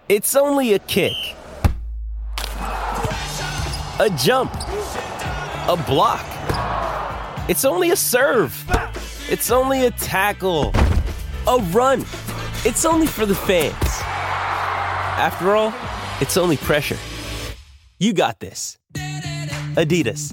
It's only a kick. A jump. A block. It's only a serve. It's only a tackle. A run. It's only for the fans. After all, it's only pressure. You got this. Adidas.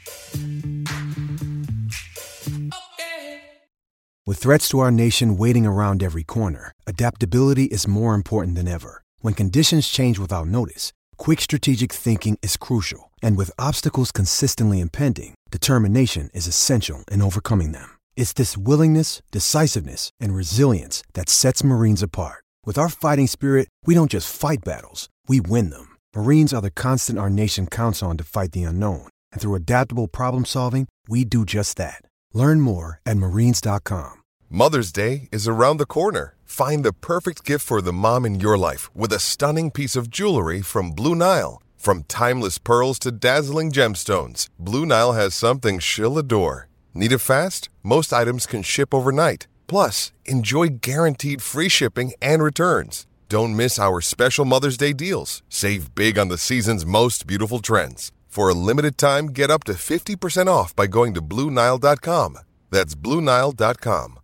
With threats to our nation waiting around every corner, adaptability is more important than ever. When conditions change without notice, quick strategic thinking is crucial. And with obstacles consistently impending, determination is essential in overcoming them. It's this willingness, decisiveness, and resilience that sets Marines apart. With our fighting spirit, we don't just fight battles, we win them. Marines are the constant our nation counts on to fight the unknown. And through adaptable problem solving, we do just that. Learn more at marines.com. Mother's Day is around the corner. Find the perfect gift for the mom in your life with a stunning piece of jewelry from Blue Nile. From timeless pearls to dazzling gemstones, Blue Nile has something she'll adore. Need it fast? Most items can ship overnight. Plus, enjoy guaranteed free shipping and returns. Don't miss our special Mother's Day deals. Save big on the season's most beautiful trends. For a limited time, get up to 50% off by going to BlueNile.com. That's BlueNile.com.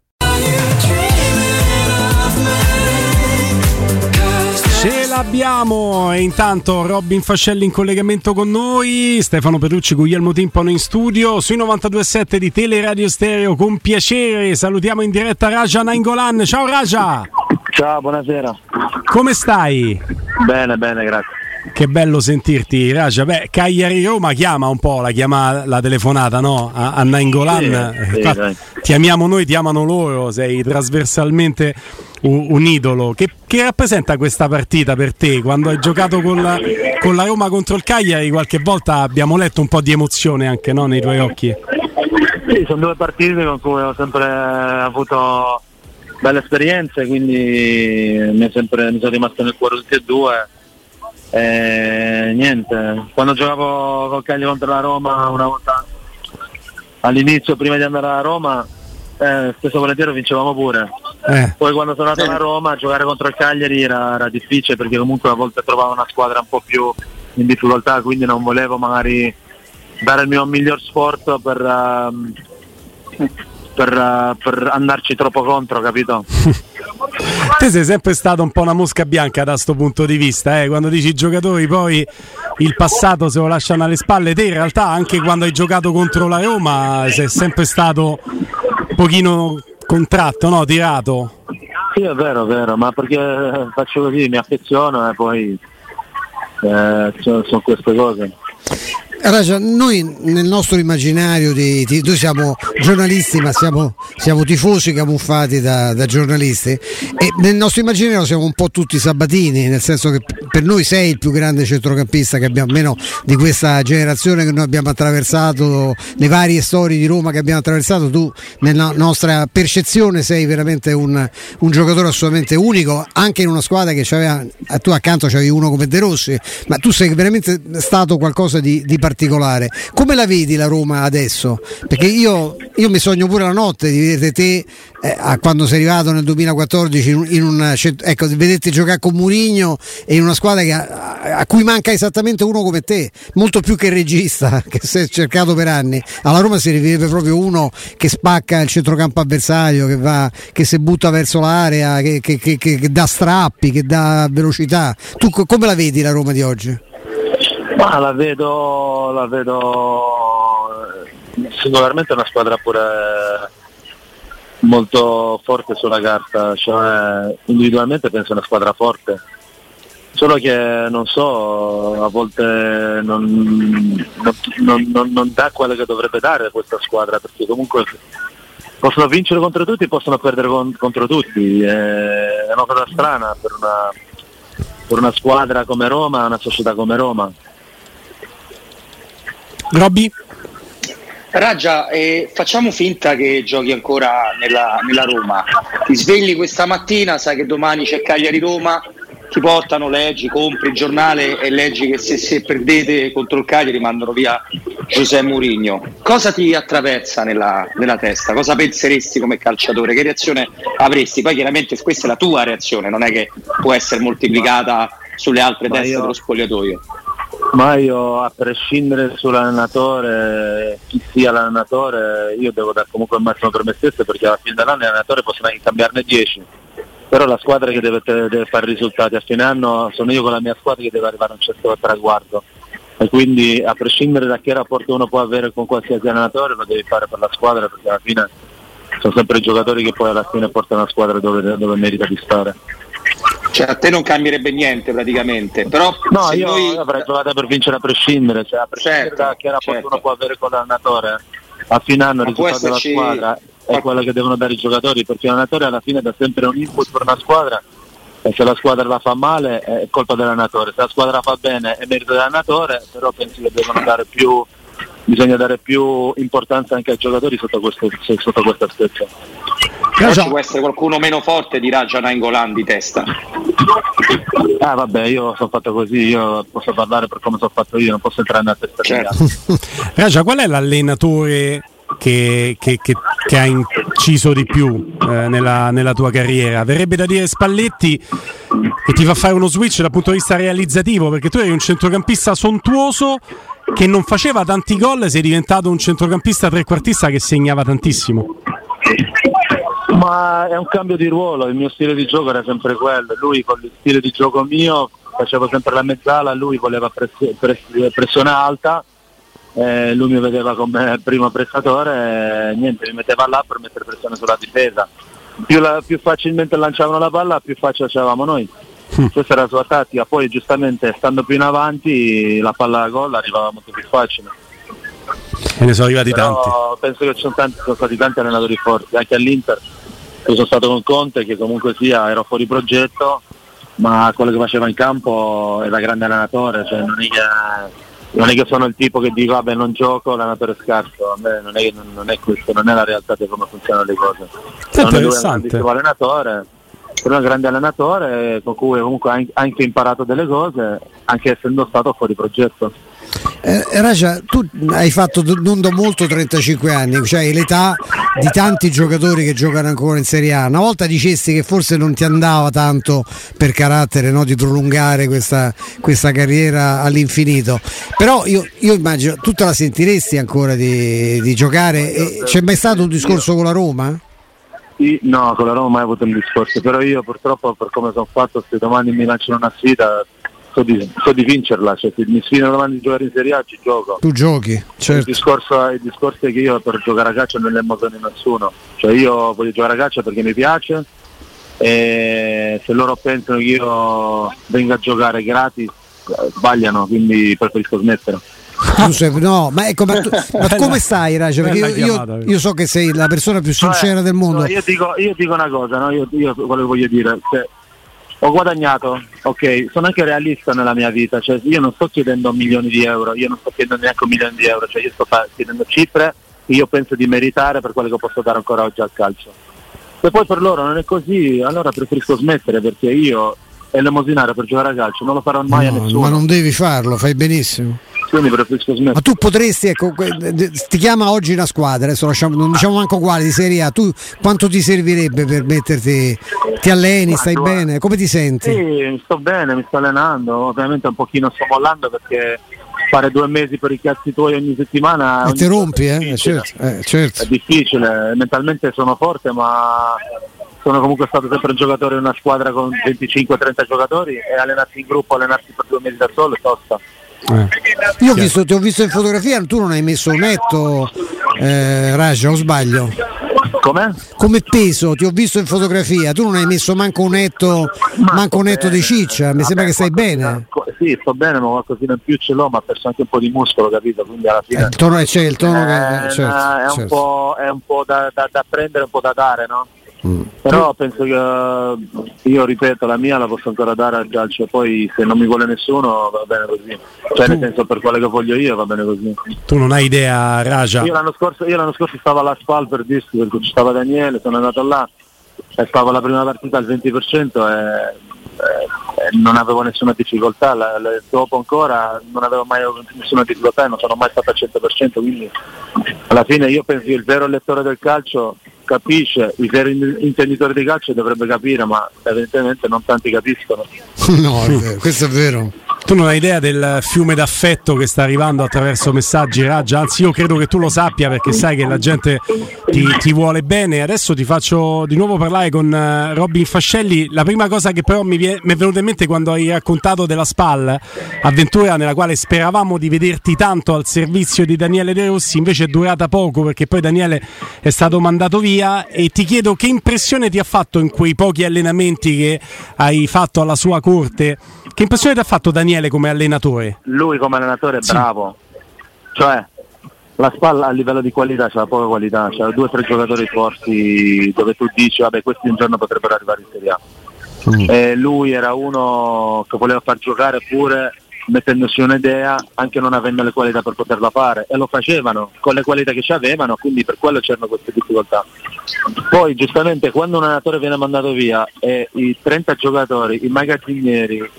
Ce l'abbiamo, e intanto Robin Fascelli in collegamento con noi, Stefano Petrucci, Guglielmo Timpano in studio sui 92.7 di Teleradio Stereo. Con piacere salutiamo in diretta Raja Nainggolan. Ciao Raja. Ciao, buonasera. Come stai? Bene, grazie. Che bello sentirti, Raja. Beh, Cagliari-Roma chiama un po', la telefonata, no? A Nainggolan. Sì, ti amiamo noi, ti amano loro, sei trasversalmente un idolo. Che rappresenta questa partita per te? Quando hai giocato con la Roma contro il Cagliari, qualche volta abbiamo letto un po' di emozione anche, no, nei tuoi occhi. Sì, sono due partite con cui ho sempre avuto belle esperienze, quindi mi sono rimasto nel cuore tutti e due. Niente, quando giocavo col Cagliari contro la Roma una volta all'inizio, prima di andare a Roma, spesso volentieri vincevamo pure. Poi quando sono andato a Roma, giocare contro il Cagliari era difficile, perché comunque a volte trovavo una squadra un po' più in difficoltà, quindi non volevo magari dare il mio miglior sforzo per andarci troppo contro, capito? Te sei sempre stato un po' una mosca bianca da sto punto di vista, quando dici i giocatori poi il passato se lo lasciano alle spalle. Te in realtà anche quando hai giocato contro la Roma sei sempre stato un pochino contratto, no? Tirato. Sì, è vero, ma perché faccio così, mi affeziono e poi sono queste cose. Raja, noi nel nostro immaginario noi siamo giornalisti, ma siamo tifosi camuffati da giornalisti, e nel nostro immaginario siamo un po' tutti Sabatini, nel senso che per noi sei il più grande centrocampista che abbiamo, almeno di questa generazione che noi abbiamo attraversato, le varie storie di Roma che abbiamo attraversato. Tu nella nostra percezione sei veramente un giocatore assolutamente unico, anche in una squadra che tu accanto c'avevi uno come De Rossi, ma tu sei veramente stato qualcosa di particolare. Come la vedi la Roma adesso? Perché io mi sogno pure la notte di vedere te quando sei arrivato nel 2014 vedete giocare con Mourinho e in una squadra a cui manca esattamente uno come te, molto più che il regista che si è cercato per anni. Alla Roma si rivede proprio uno che spacca il centrocampo avversario, che si butta verso l'area, che dà strappi, che dà velocità. Tu come la vedi la Roma di oggi? Ma la vedo singolarmente una squadra pure molto forte sulla carta, cioè individualmente penso una squadra forte, solo che non so, a volte non dà quello che dovrebbe dare questa squadra, perché comunque possono vincere contro tutti, possono perdere contro tutti, è una cosa strana per una squadra come Roma, una società come Roma. Robby? Raja, facciamo finta che giochi ancora nella Roma, ti svegli questa mattina, sai che domani c'è Cagliari-Roma, ti portano, leggi, compri il giornale e leggi che se perdete contro il Cagliari mandano via José Mourinho, cosa ti attraversa nella testa? Cosa penseresti come calciatore? Che reazione avresti? Poi chiaramente questa è la tua reazione, non è che può essere moltiplicata sulle altre teste dello spogliatoio. Ma io, a prescindere sull'allenatore, chi sia l'allenatore, io devo dare comunque il massimo per me stesso, perché alla fine dell'anno l'allenatore possono anche cambiarne 10, però la squadra che deve fare risultati a fine anno sono io con la mia squadra che deve arrivare a un certo traguardo, e quindi a prescindere da che rapporto uno può avere con qualsiasi allenatore lo devi fare per la squadra, perché alla fine sono sempre i giocatori che poi alla fine portano la squadra dove merita di stare. Cioè a te non cambierebbe niente praticamente, però no, io avrei giocato per vincere a prescindere, cioè a prescindere da che rapporto uno può avere con l'allenatore, a fine anno il risultato della squadra è quello che devono dare i giocatori, perché l'allenatore alla fine dà sempre un input per una squadra, e se la squadra la fa male è colpa dell'allenatore, se la squadra la fa bene è merito dell'allenatore, però penso che bisogna dare più importanza anche ai giocatori sotto questo aspetto. Però ci può essere qualcuno meno forte di Raja Nainggolan di testa. Vabbè, io sono fatto così, io posso parlare per come sono fatto io, non posso entrare nella testa degli altri. Raja, qual è l'allenatore che ha inciso di più nella tua carriera? Verrebbe da dire Spalletti, che ti fa fare uno switch dal punto di vista realizzativo, perché tu eri un centrocampista sontuoso che non faceva tanti gol, sei diventato un centrocampista trequartista che segnava tantissimo. Ma è un cambio di ruolo, il mio stile di gioco era sempre quello, lui con il stile di gioco mio faceva sempre la mezzala, lui voleva pressione alta, lui mi vedeva come primo prestatore, niente, mi metteva là per mettere pressione sulla difesa, più facilmente lanciavano la palla più facile facevamo noi, questa era la sua tattica, poi giustamente stando più in avanti la palla a gol arrivava molto più facile. E ne sono arrivati tanti. Penso che sono stati tanti allenatori forti, anche all'Inter. Io sono stato con Conte, che comunque sia ero fuori progetto, ma quello che faceva in campo era grande allenatore, cioè non è che sono il tipo che dico vabbè non gioco, l'allenatore è scarso, non è questo, non è la realtà di come funzionano le cose. È interessante. È un allenatore, però è un grande allenatore con cui comunque ha anche imparato delle cose, anche essendo stato fuori progetto. Raja, tu hai fatto non da molto 35 anni, cioè l'età di tanti giocatori che giocano ancora in Serie A. Una volta dicesti che forse non ti andava tanto per carattere, no, di prolungare questa carriera all'infinito, però io immagino tu te la sentiresti ancora di giocare. C'è mai stato un discorso con la Roma? No, con la Roma mai avuto un discorso, però io purtroppo per come sono fatto, se domani mi lanciano una sfida so di vincerla, cioè se mi sfidano domani di giocare in Serie A ci gioco. Tu giochi, certo. Il discorso è che io per giocare a calcio non le emozioni nessuno, cioè io voglio giocare a calcio perché mi piace, e se loro pensano che io venga a giocare gratis sbagliano, quindi preferisco smettere. No, ma ecco, ma come stai, Raja? Perché io so che sei la persona più sincera del mondo. Io dico una cosa, no? Io quello che voglio dire, cioè, ho guadagnato, ok, sono anche realista nella mia vita, cioè io non sto chiedendo milioni di euro, io non sto chiedendo neanche un milione di euro, cioè io sto chiedendo cifre che io penso di meritare per quello che posso dare ancora oggi al calcio. Se poi per loro non è così, allora preferisco smettere, perché io elemosinare per giocare a calcio non lo farò mai a nessuno. Ma non devi farlo, fai benissimo. Quindi preferisco smettere. Ma tu potresti, ecco, ti chiama oggi una squadra, adesso non diciamo manco quale, di Serie A, tu quanto ti servirebbe per metterti, ti alleni, stai bene, come ti senti? Sì, sto bene, mi sto allenando, ovviamente un pochino sto mollando perché fare 2 mesi per i cazzi tuoi ogni settimana e ti rompi, certo. È difficile, mentalmente sono forte, ma sono comunque stato sempre un giocatore in una squadra con 25-30 giocatori, e allenarsi in gruppo, allenarsi per 2 mesi da solo è tosta. Io ti ho visto in fotografia, tu non hai messo un netto, Raja, o sbaglio? Com'è? Come peso ti ho visto in fotografia, tu non hai messo manco un netto, di ciccia, mi sembra che stai bene. Sì, sto bene, ma qualcosina in più ce l'ho, ma ho perso anche un po' di muscolo, capito? Quindi alla fine il tono che certo. È un po' da prendere, un po' da dare, no? Però penso che io ripeto, la mia la posso ancora dare al calcio, poi se non mi vuole nessuno va bene così, cioè nel senso per quello che voglio io va bene così. Tu non hai idea, Raja? Io l'anno scorso stavo alla SPAL per dirti, perché ci stava Daniele, sono andato là e stavo la prima partita al 20% non avevo nessuna difficoltà, dopo ancora non avevo mai nessuna difficoltà e non sono mai stato al 100%, quindi alla fine io penso che il vero lettore del calcio capisce, il vero intenditore di calcio dovrebbe capire, ma evidentemente non tanti capiscono. No, questo è vero. Tu non hai idea del fiume d'affetto che sta arrivando attraverso messaggi, Raja, anzi io credo che tu lo sappia perché sai che la gente ti vuole bene. Adesso ti faccio di nuovo parlare con Robin Fascelli. La prima cosa che però mi è venuta in mente quando hai raccontato della SPAL, avventura nella quale speravamo di vederti tanto al servizio di Daniele De Rossi, invece è durata poco perché poi Daniele è stato mandato via, e ti chiedo che impressione ti ha fatto in quei pochi allenamenti che hai fatto alla sua corte. Che impressione ti ha fatto Daniele come allenatore? Lui come allenatore è bravo, cioè la SPAL a livello di qualità c'ha poca qualità, c'ha 2 o 3 giocatori forti dove tu dici vabbè questi un giorno potrebbero arrivare in Serie A. E lui era uno che voleva far giocare pure mettendosi un'idea anche non avendo le qualità per poterla fare, e lo facevano con le qualità che ci avevano, quindi per quello c'erano queste difficoltà. Poi giustamente quando un allenatore viene mandato via e i 30 giocatori, i magazzinieri,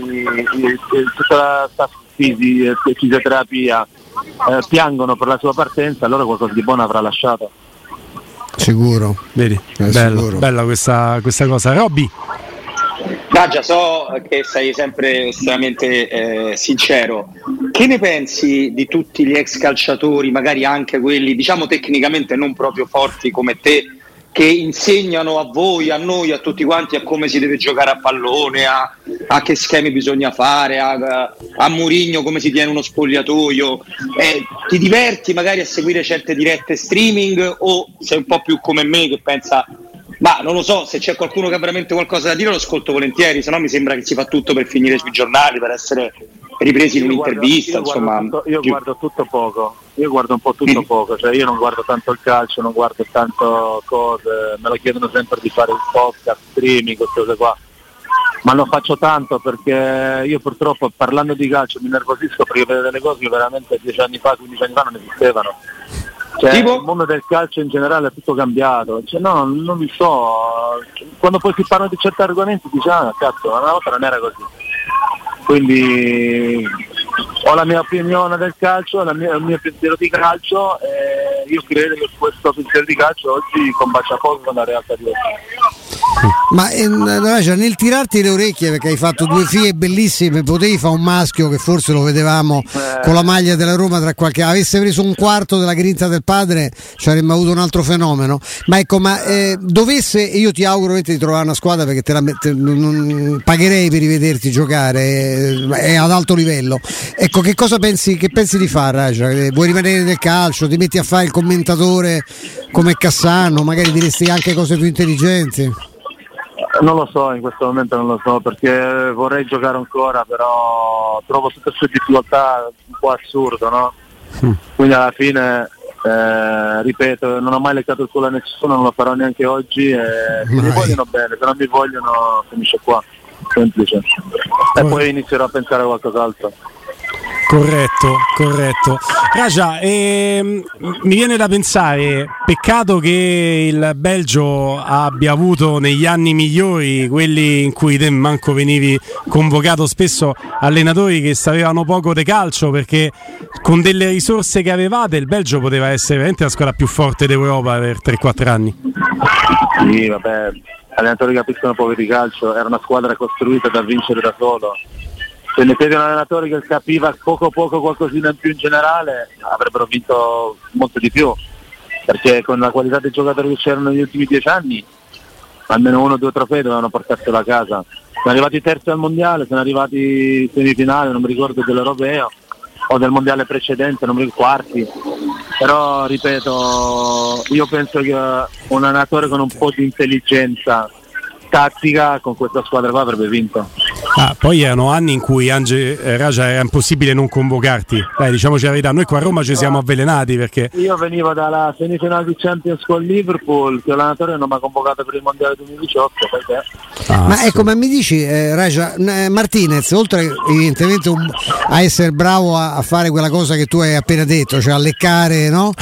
tutta la staff fisioterapia piangono per la sua partenza, allora qualcosa di buono avrà lasciato. Sicuro. Vedi, bella questa cosa. Robby. Raja, so che sei sempre estremamente sincero. Che ne pensi di tutti gli ex calciatori, magari anche quelli diciamo tecnicamente non proprio forti come te, che insegnano a voi, a noi, a tutti quanti a come si deve giocare a pallone, a che schemi bisogna fare, a Mourinho come si tiene uno spogliatoio? Ti diverti magari a seguire certe dirette streaming, o sei un po' più come me che pensa ma non lo so, se c'è qualcuno che ha veramente qualcosa da dire lo ascolto volentieri, se no mi sembra che si fa tutto per finire sui giornali, per essere ripresi in un'intervista. Io guardo tutto poco, io guardo un po' tutto poco, cioè io non guardo tanto il calcio, non guardo tanto cose, me lo chiedono sempre di fare il podcast, streaming, queste cose qua, ma lo faccio tanto perché io purtroppo parlando di calcio mi nervosisco perché vedo delle cose che veramente 10 anni fa, 15 anni fa non esistevano. Cioè, il mondo del calcio in generale è tutto cambiato, cioè, no, non mi so, quando poi si parla di certi argomenti dici cazzo, una volta non era così, quindi ho la mia opinione del calcio, il mio pensiero di calcio, e io credo che questo pensiero di calcio oggi combacia poco con la realtà di oggi. Ma nel tirarti le orecchie perché hai fatto 2 fighe bellissime, potevi fare un maschio che forse lo vedevamo con la maglia della Roma tra qualche, avesse preso un quarto della grinta del padre ci avremmo avuto un altro fenomeno. Ma ecco, dovesse, io ti auguro di trovare una squadra perché non pagherei per rivederti giocare, è ad alto livello. Ecco, che cosa pensi di fare, Raja? Vuoi rimanere nel calcio? Ti metti a fare il commentatore come Cassano? Magari diresti anche cose più intelligenti? Non lo so, in questo momento non lo so, perché vorrei giocare ancora, però trovo tutte queste difficoltà un po' assurdo, no? Quindi alla fine, ripeto, non ho mai leccato il culo a nessuno, non lo farò neanche oggi, e se mi vogliono bene, se non mi vogliono finisce qua, semplice. E poi inizierò a pensare a qualcos'altro. Corretto. Raja, mi viene da pensare, peccato che il Belgio abbia avuto negli anni migliori, quelli in cui te manco venivi convocato spesso, allenatori che sapevano poco di calcio, perché con delle risorse che avevate il Belgio poteva essere veramente la squadra più forte d'Europa per 3-4 anni. Sì, vabbè, allenatori che capiscono poco di calcio, era una squadra costruita da vincere da solo. Se mettete un allenatore che capiva poco qualcosina in più in generale, avrebbero vinto molto di più, perché con la qualità dei giocatori che c'erano negli ultimi 10 anni almeno 1 o 2 trofei dovevano portarselo a casa. Sono arrivati terzi al mondiale, sono arrivati semifinali, non mi ricordo, dell'Europeo o del mondiale precedente, non mi ricordo, quarti. Però ripeto, io penso che un allenatore con un po' di intelligenza tattica con questa squadra qua avrebbe vinto. Poi erano anni in cui Raja era impossibile non convocarti, dai, diciamoci la verità, noi qua a Roma ci siamo avvelenati perché io venivo dalla semifinale di Champions con Liverpool, che l'allenatore non mi ha convocato per il mondiale 2018 perché... Ecco, ma mi dici Raja, Martinez, oltre evidentemente a essere bravo a fare quella cosa che tu hai appena detto, cioè a leccare, no?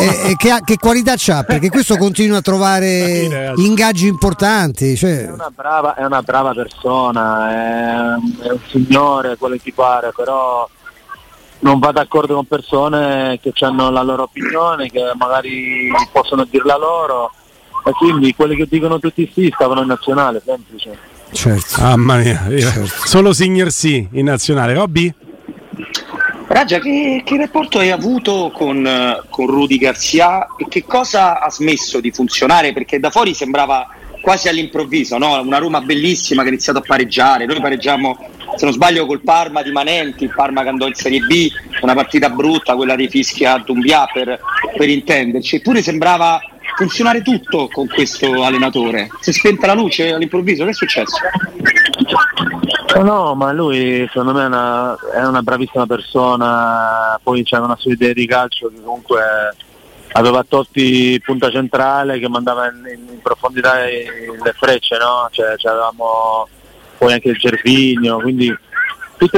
che qualità c'ha? Perché questo continua a trovare ingaggi importanti. Cioè. È una brava persona, è un signore, quello che ti pare, però non va d'accordo con persone che hanno la loro opinione, che magari possono dirla loro, e quindi quelli che dicono tutti sì stavano in nazionale, semplice. Certo. Mamma mia, solo signor sì in nazionale. Robby? Raja, che rapporto hai avuto con Rudy Garcia e che cosa ha smesso di funzionare? Perché da fuori sembrava quasi all'improvviso, no? Una Roma bellissima che ha iniziato a pareggiare. Noi pareggiamo, se non sbaglio, col Parma di Manenti, il Parma che andò in Serie B, una partita brutta, quella dei fischi a Dumbia per intenderci. Eppure sembrava funzionare tutto con questo allenatore. Si è spenta la luce all'improvviso, che è successo? No, ma lui secondo me è una bravissima persona, poi c'era una sua idea di calcio che comunque aveva Totti punta centrale che mandava in profondità le frecce, no? Cioè avevamo poi anche il Gervinho, quindi tutte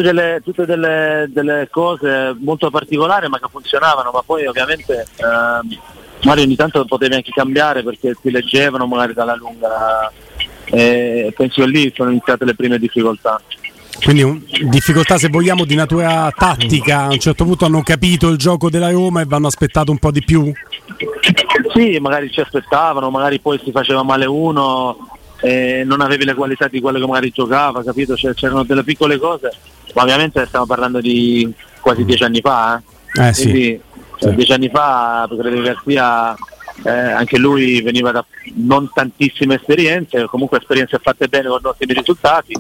delle cose molto particolari ma che funzionavano, ma poi ovviamente magari ogni tanto potevi anche cambiare perché ti leggevano magari dalla lunga. Penso che lì sono iniziate le prime difficoltà. Quindi difficoltà, se vogliamo, di natura tattica. A un certo punto hanno capito il gioco della Roma e vanno aspettato un po' di più? Sì, magari ci aspettavano, magari poi si faceva male uno e non avevi le qualità di quello che magari giocava, capito? C'erano delle piccole cose, ma ovviamente stiamo parlando di quasi 10 anni fa. Quindi, sì. 10 anni fa credo che Garcia anche lui veniva da non tantissime esperienze, comunque esperienze fatte bene con ottimi risultati,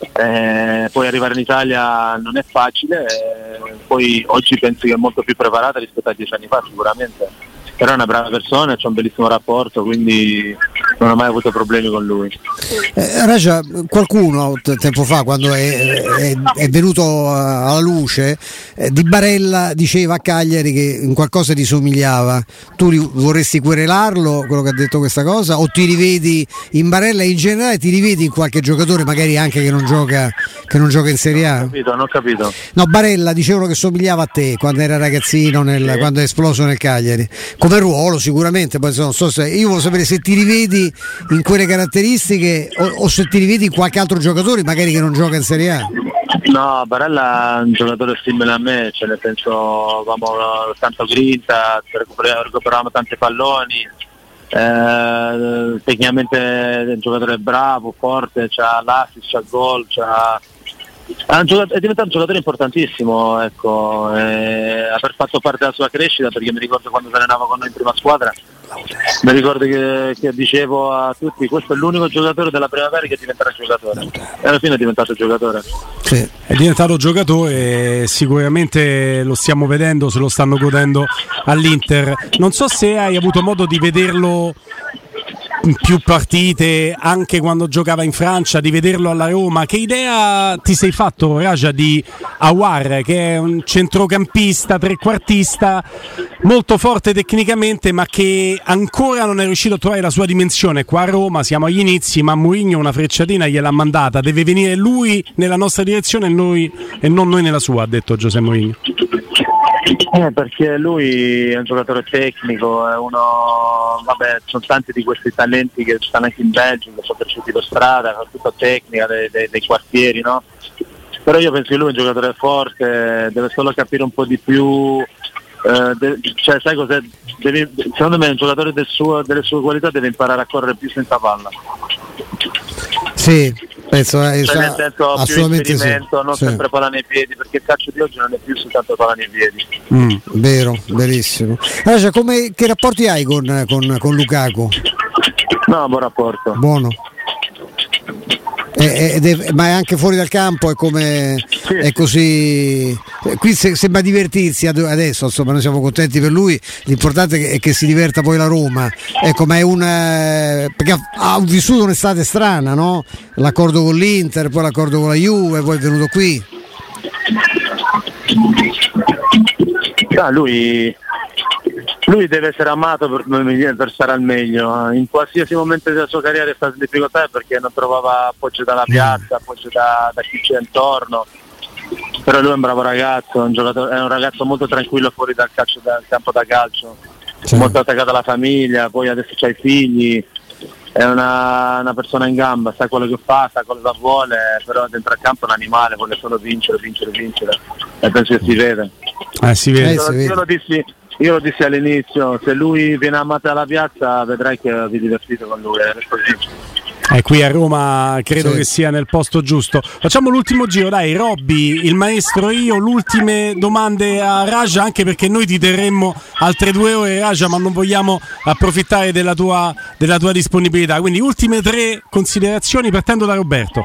poi arrivare in Italia non è facile, poi oggi penso che è molto più preparata rispetto a 10 anni fa sicuramente, però è una brava persona, c'è un bellissimo rapporto, quindi non ho mai avuto problemi con lui. Raja, qualcuno tempo fa, quando è venuto alla luce, Di Barella diceva a Cagliari che in qualcosa ti somigliava. Tu vorresti querelarlo, quello che ha detto questa cosa, o ti rivedi in Barella e in generale ti rivedi in qualche giocatore magari anche che non gioca in Serie A? Non ho capito. No, Barella dicevano che somigliava a te quando era ragazzino, quando è esploso nel Cagliari, come ruolo sicuramente, poi non so se, io voglio sapere se ti rivedi in quelle caratteristiche o se ti rivedi in qualche altro giocatore magari che non gioca in Serie A. No, Barella è un giocatore simile a me, cioè nel senso avevamo tanto grinta, recuperavamo tanti palloni, tecnicamente è un giocatore bravo, forte, c'ha l'assist, c'ha il gol, è diventato un giocatore importantissimo, ecco, aver fatto parte della sua crescita, perché mi ricordo quando si allenava con noi in prima squadra, mi ricordo che dicevo a tutti: questo è l'unico giocatore della primavera che diventerà giocatore, e alla fine è diventato giocatore. Sì, è diventato giocatore, sicuramente lo stiamo vedendo, se lo stanno godendo all'Inter. Non so se hai avuto modo di vederlo in più partite, anche quando giocava in Francia, di vederlo alla Roma. Che idea ti sei fatto, Raja, di Aouar, che è un centrocampista, trequartista molto forte tecnicamente, ma che ancora non è riuscito a trovare la sua dimensione? Qua a Roma siamo agli inizi, ma Mourinho una frecciatina gliel'ha mandata, deve venire lui nella nostra direzione e non noi nella sua, ha detto José Mourinho. Perché lui è un giocatore tecnico, è uno, sono tanti di questi talenti che stanno anche in Belgio, che sono cresciuti per strada, con tutta tecnica dei quartieri, no? Però io penso che lui è un giocatore forte, deve solo capire un po' di più, cioè sai cos'è? Secondo me un giocatore delle sue qualità deve imparare a correre più senza palla. Sì, penso nel senso assolutamente più esperimento, sì, non sempre palla nei piedi, perché il calcio di oggi non è più soltanto palla nei piedi. Vero, verissimo. Allora, che rapporti hai con Lukaku? No, buon rapporto. Buono. Ma è anche fuori dal campo, è come sì. È così. Qui sembra divertirsi adesso, insomma, noi siamo contenti per lui, l'importante è che si diverta poi la Roma, ecco, ma è perché ha vissuto un'estate strana, no? L'accordo con l'Inter, poi l'accordo con la Juve, poi è venuto qui. Lui deve essere amato per stare al meglio. In qualsiasi momento della sua carriera è stato in difficoltà perché non trovava appoggio dalla piazza, appoggio da chi c'è intorno. Però lui è un bravo ragazzo, è un ragazzo molto tranquillo fuori dal campo da calcio. molto attaccata alla famiglia, poi adesso c'ha i figli, è una persona in gamba, sa quello che fa, sa quello che vuole, però dentro al campo è un animale, vuole solo vincere, e penso che si vede. Si vede. Io lo dissi all'inizio, se lui viene a Matta alla piazza vedrai che vi divertite con lui, è così. Qui a Roma credo che sia nel posto giusto. Facciamo l'ultimo giro, dai, Robby, il maestro, io, ultime domande a Raja, anche perché noi ti terremmo altre 2 ore, Raja, ma non vogliamo approfittare della tua disponibilità. Quindi ultime 3 considerazioni partendo da Roberto.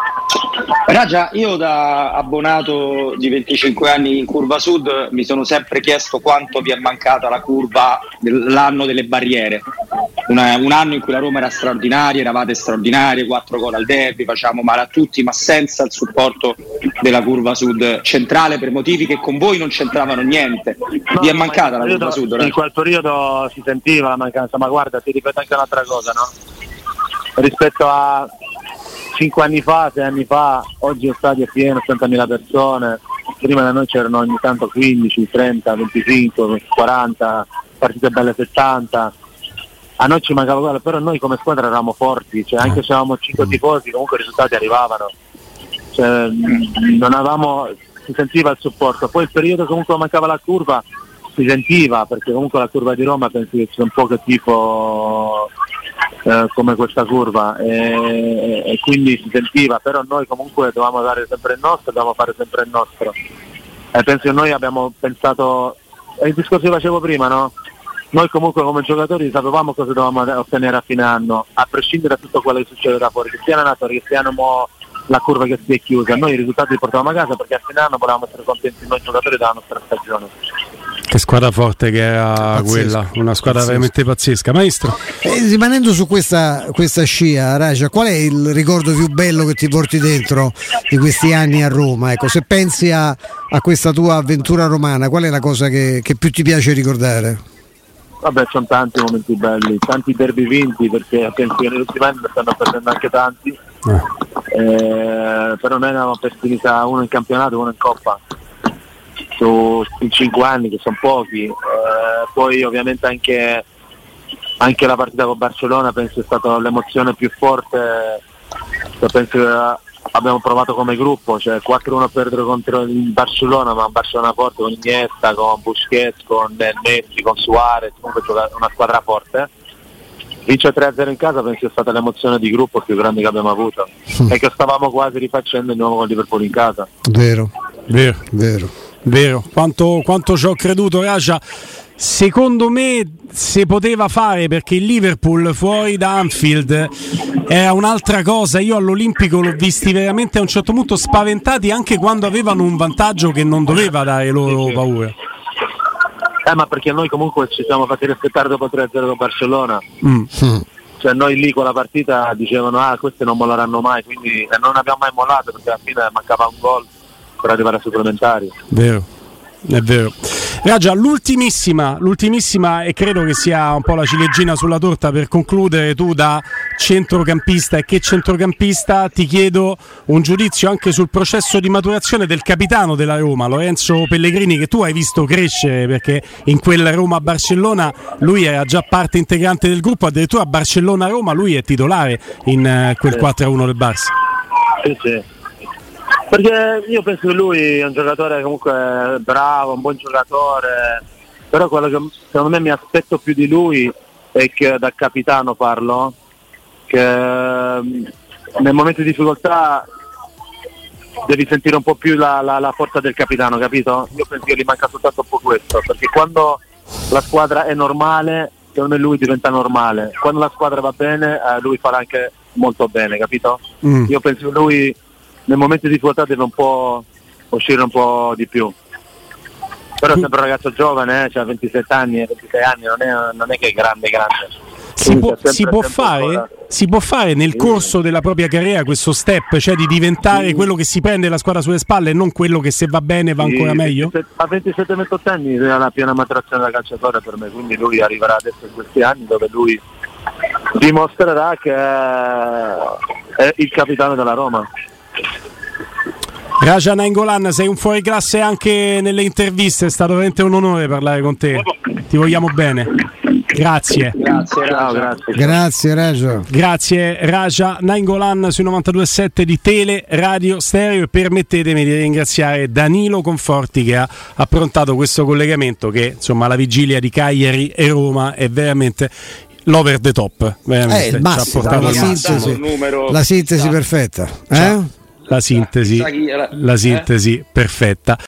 Raja, io da abbonato di 25 anni in Curva Sud mi sono sempre chiesto quanto vi è mancata la curva l'anno delle barriere. Un anno in cui la Roma era straordinaria, eravate straordinarie, 4 gol al derby, facciamo male a tutti, ma senza il supporto della Curva Sud centrale per motivi che con voi non c'entravano niente. Vi è mancata la Curva Sud? In quel periodo si sentiva la mancanza, ma guarda, ti ripeto anche un'altra cosa, no? Rispetto a 5 anni fa, 6 anni fa, oggi lo stadio è pieno, 80.000 persone, prima da noi c'erano ogni tanto 15, 30, 25, 40, partite belle 70, a noi ci mancava quello, però noi come squadra eravamo forti, cioè anche se avevamo 5 tifosi comunque i risultati arrivavano, cioè, non avevamo, si sentiva il supporto, poi il periodo comunque mancava la curva, si sentiva, perché comunque la curva di Roma penso che sia un po' che tipo come questa curva e quindi si sentiva, però noi comunque dovevamo dare sempre il nostro, dovevamo fare sempre il nostro e penso che noi abbiamo pensato, il discorso che facevo prima, no? Noi comunque come giocatori sapevamo cosa dovevamo ottenere a fine anno, a prescindere da tutto quello che succederà fuori, che sia Natori, che sia la curva che si è chiusa, noi i risultati li portavamo a casa perché a fine anno volevamo essere contenti noi giocatori della nostra stagione. Che squadra forte che era quella, una squadra veramente pazzesca. Maestro, rimanendo su questa scia, Raja, qual è il ricordo più bello che ti porti dentro di questi anni a Roma? Ecco, se pensi a questa tua avventura romana, qual è la cosa che più ti piace ricordare? Vabbè, sono tanti momenti belli, tanti derby vinti, perché penso che negli ultimi anni ne stanno perdendo anche tanti, però noi ne avevamo persi uno in campionato, uno in Coppa in 5 anni, che sono pochi, poi ovviamente anche la partita con Barcellona penso è stata l'emozione più forte, penso che abbiamo provato come gruppo, cioè 4-1 perdere contro il Barcellona, ma un Barcellona forte con Iniesta, con Busquets, con Messi, con Suarez, comunque una squadra forte. Vincere 3-0 in casa penso sia stata l'emozione di gruppo più grande che abbiamo avuto e che stavamo quasi rifacendo di nuovo con Liverpool in casa. Vero. Quanto ci ho creduto, Raja. Secondo me si poteva fare, perché il Liverpool fuori da Anfield era un'altra cosa. Io all'Olimpico l'ho visti veramente a un certo punto spaventati, anche quando avevano un vantaggio che non doveva dare loro paura. Ma perché noi comunque ci siamo fatti rispettare dopo 3-0 con Barcellona. Cioè noi lì con la partita dicevano questi non molleranno mai, quindi non abbiamo mai mollato, perché alla fine mancava un gol per arrivare a supplementari. È vero. Raja, l'ultimissima, e credo che sia un po' la ciliegina sulla torta per concludere, tu da centrocampista e che centrocampista, ti chiedo un giudizio anche sul processo di maturazione del capitano della Roma, Lorenzo Pellegrini, che tu hai visto crescere, perché in quel Roma-Barcellona lui era già parte integrante del gruppo, addirittura a Barcellona-Roma lui è titolare in quel 4-1 del Barça. Sì. Perché io penso che lui è un giocatore comunque bravo, un buon giocatore, però quello che secondo me mi aspetto più di lui è che, da capitano parlo, che nel momento di difficoltà devi sentire un po' più la forza del capitano, capito? Io penso che gli manca soltanto un po' questo, perché quando la squadra è normale, secondo me lui diventa normale, quando la squadra va bene lui farà anche molto bene, capito? Io penso che lui nel momento di difficoltà deve un po' uscire un po' di più, però è sempre un ragazzo giovane, ha 27 anni, 26 anni, non è che è grande. Si può fare nel corso della propria carriera questo step, cioè di diventare quello che si prende la squadra sulle spalle e non quello che, se va bene, va ancora meglio? A 27-28 anni è la piena maturazione da calciatore per me, quindi lui arriverà adesso in questi anni dove lui dimostrerà che è il capitano della Roma. Raja Nainggolan, sei un fuoriclasse anche nelle interviste, è stato veramente un onore parlare con te, ti vogliamo bene. Grazie. Grazie Raja. Grazie Raja Nainggolan sui 92.7 di Tele Radio Stereo, e permettetemi di ringraziare Danilo Conforti che ha approntato questo collegamento che insomma alla vigilia di Cagliari e Roma è veramente l'over the top, veramente il massimo, ci ha portato la sintesi perfetta. La sintesi perfetta.